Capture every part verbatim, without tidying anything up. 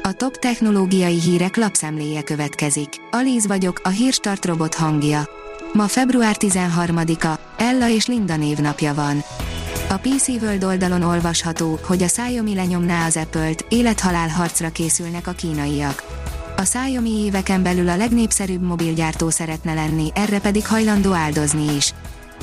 A top technológiai hírek lapszemléje következik. Alíz vagyok, a Hírstart robot hangja. Ma február tizenharmadika, Ella és Linda névnapja van. A pé cé World oldalon olvasható, hogy a Xiaomi lenyomná az Apple-t, élet-halál harcra készülnek a kínaiak. A Xiaomi éveken belül a legnépszerűbb mobilgyártó szeretne lenni, erre pedig hajlandó áldozni is.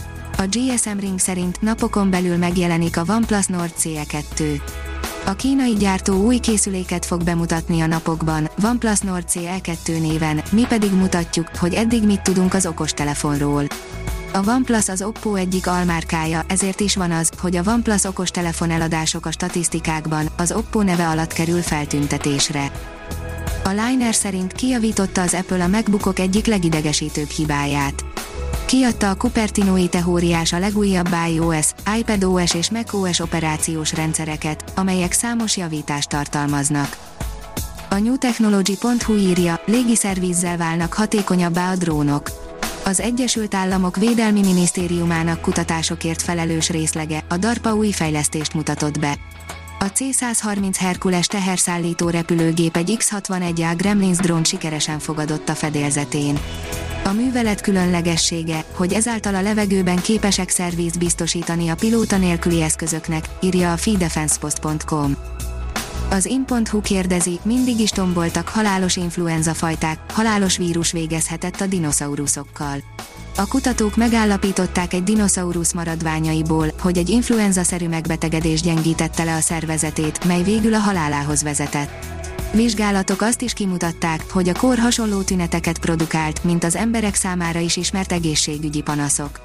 A gé es em Ring szerint napokon belül megjelenik a OnePlus Nord cé e kettő. A kínai gyártó új készüléket fog bemutatni a napokban, OnePlus Nord cé e kettő néven, mi pedig mutatjuk, hogy eddig mit tudunk az okostelefonról. A OnePlus az Oppo egyik almárkája, ezért is van az, hogy a OnePlus okostelefon eladások a statisztikákban, az Oppo neve alatt kerül feltüntetésre. A Liner szerint kijavította az Apple a MacBookok egyik legidegesítőbb hibáját. Kiadta a Cupertino teóriás a legújabb iOS, iPadOS és macOS operációs rendszereket, amelyek számos javítást tartalmaznak. A newtechnology pont hu írja, légiszervízzel válnak hatékonyabbá a drónok. Az Egyesült Államok Védelmi Minisztériumának kutatásokért felelős részlege, a DARPA új fejlesztést mutatott be. A cé százharminc Hercules teherszállító repülőgép egy iksz hatvanegy á Gremlins drónt sikeresen fogadott a fedélzetén. A művelet különlegessége, hogy ezáltal a levegőben képesek szervízt biztosítani a pilóta nélküli eszközöknek, írja a fidefensepost pont com. Az in pont hu kérdezi, mindig is tomboltak halálos influenza fajták, halálos vírus végezhetett a dinoszauruszokkal. A kutatók megállapították egy dinoszaurusz maradványaiból, hogy egy influenza-szerű megbetegedés gyengítette le a szervezetét, mely végül a halálához vezetett. Vizsgálatok azt is kimutatták, hogy a kór hasonló tüneteket produkált, mint az emberek számára is ismert egészségügyi panaszok.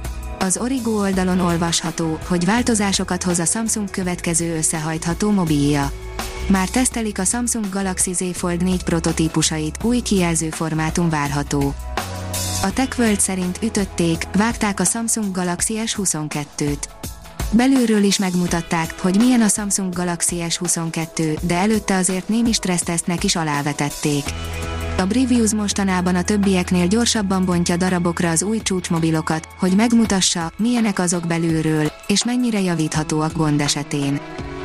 Az Origo oldalon olvasható, hogy változásokat hoz a Samsung következő összehajtható mobilja. Már tesztelik a Samsung Galaxy Z Fold négy prototípusait, új kijelző formátum várható. A TechWorld szerint ütötték, vágták a Samsung Galaxy es huszonkettőt. Belülről is megmutatták, hogy milyen a Samsung Galaxy es huszonkettő, de előtte azért némi stressztesztnek is alávetették. A Breviews mostanában a többieknél gyorsabban bontja darabokra az új csúcsmobilokat, hogy megmutassa, milyenek azok belülről, és mennyire javíthatóak gond esetén.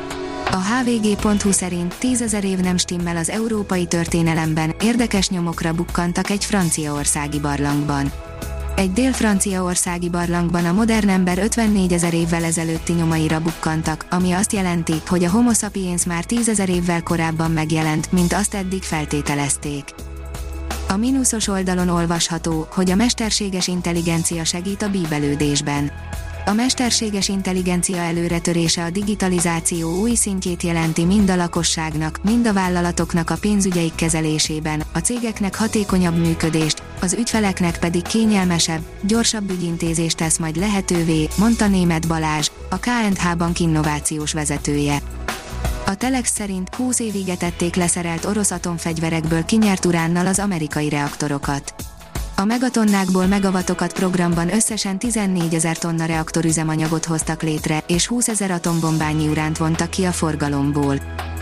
A há vé gé pont hu szerint tízezer év nem stimmel az európai történelemben, érdekes nyomokra bukkantak egy franciaországi barlangban. Egy dél-franciaországi barlangban a modern ember ötvennégyezer évvel ezelőtti nyomaira bukkantak, ami azt jelenti, hogy a Homo sapiens már tízezer évvel korábban megjelent, mint azt eddig feltételezték. A mínuszos oldalon olvasható, hogy a mesterséges intelligencia segít a bíbelődésben. A mesterséges intelligencia előretörése a digitalizáció új szintjét jelenti mind a lakosságnak, mind a vállalatoknak a pénzügyeik kezelésében, a cégeknek hatékonyabb működést, az ügyfeleknek pedig kényelmesebb, gyorsabb ügyintézést tesz majd lehetővé, mondta Németh Balázs, a ká és há Bank innovációs vezetője. A Telex szerint húsz évig etették leszerelt orosz atomfegyverekből kinyert uránnal az amerikai reaktorokat. A megatonnákból megavatokat programban összesen tizennégyezer tonna reaktorüzemanyagot hoztak létre, és húszezer atombombányi uránt vontak ki a forgalomból.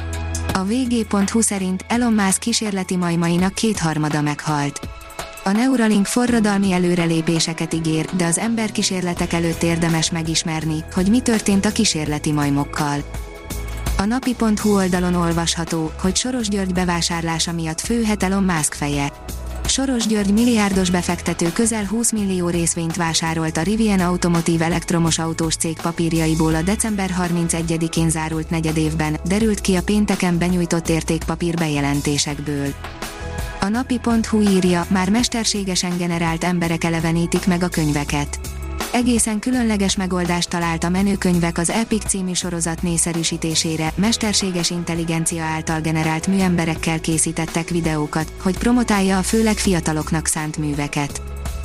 A vé gé pont hu szerint Elon Musk kísérleti majmainak kétharmada meghalt. A Neuralink forradalmi előrelépéseket ígér, de az emberkísérletek előtt érdemes megismerni, hogy mi történt a kísérleti majmokkal. A napi pont hu oldalon olvasható, hogy Soros György bevásárlása miatt főhet Elon Musk feje. Soros György milliárdos befektető közel húsz millió részvényt vásárolt a Rivian Automotive elektromos autós cég papírjaiból a december harmincegyedikén zárult negyedévben, derült ki a pénteken benyújtott értékpapír bejelentésekből. A napi pont hu írja, már mesterségesen generált emberek elevenítik meg a könyveket. Egészen különleges megoldást talált a Menőkönyvek az Epic című sorozat népszerűsítésére, mesterséges intelligencia által generált műemberekkel készítettek videókat, hogy promotálja a főleg fiataloknak szánt műveket.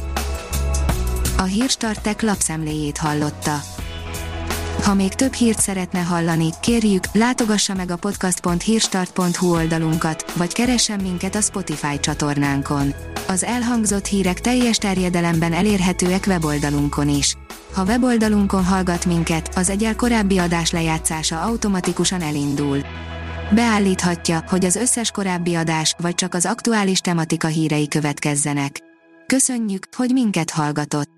A Hírstart Tech lapszemléjét hallotta. Ha még több hírt szeretne hallani, kérjük, látogassa meg a podcast pont hírstart pont hu oldalunkat, vagy keressen minket a Spotify csatornánkon. Az elhangzott hírek teljes terjedelemben elérhetőek weboldalunkon is. Ha weboldalunkon hallgat minket, az egyel korábbi adás lejátszása automatikusan elindul. Beállíthatja, hogy az összes korábbi adás, vagy csak az aktuális tematika hírei következzenek. Köszönjük, hogy minket hallgatott!